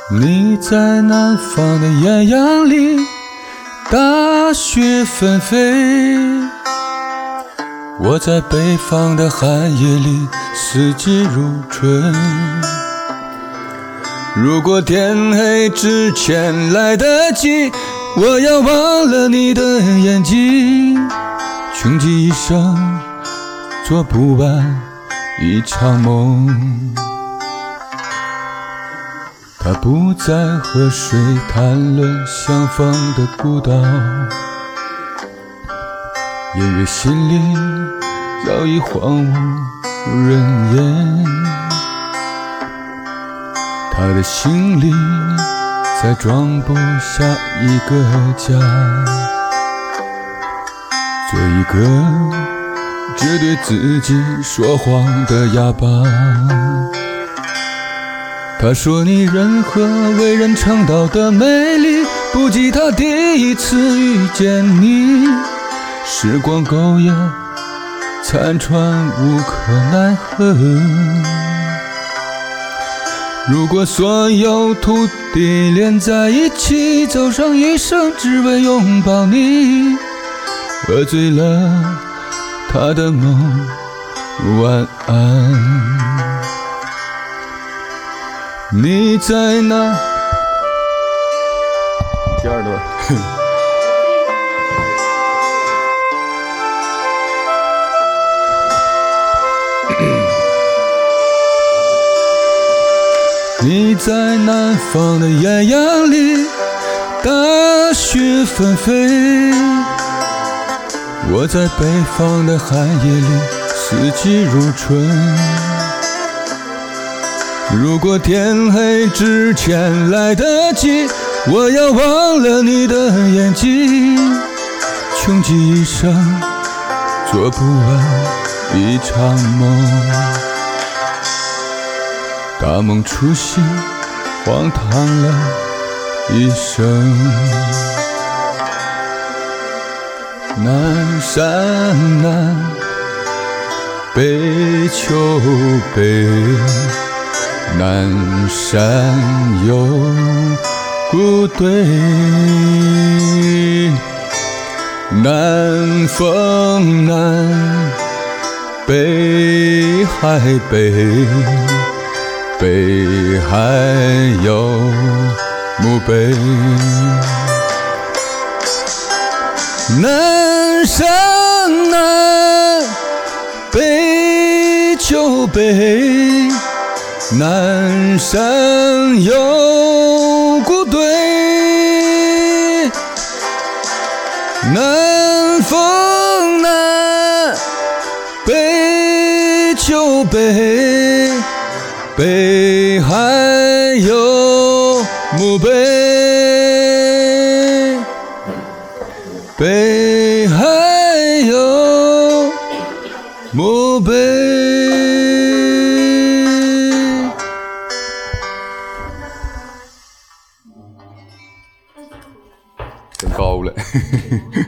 你在南方的艳阳里，大雪纷飞，我在北方的寒夜里，四季如春。如果天黑之前来得及，我要忘了你的眼睛，穷极一生做不完一场梦。他不再和谁谈论相逢的孤岛，音乐心里早已荒无人烟。他的心里再装不下一个家，做一个只对自己说谎的哑巴。他说你任何为人称道的美丽，不及他第一次遇见你。时光苟延残喘无可奈何，如果所有土地连在一起，走上一生只为拥抱你，喝醉了他的梦，晚安。你在哪？第二段。你在南方的艳阳里，大雪纷飞，我在北方的寒夜里，四季如春。如果天黑之前来得及，我要忘了你的眼睛，穷极一生做不完一场梦。大梦初醒，荒唐了一生。南山南，北秋北，南山有谷堆，南风南，北海北，北海有墓碑。南山南，北秋北，南山有谷堆，南风南，北秋北，北海有墓碑，北海有墓碑。真高了。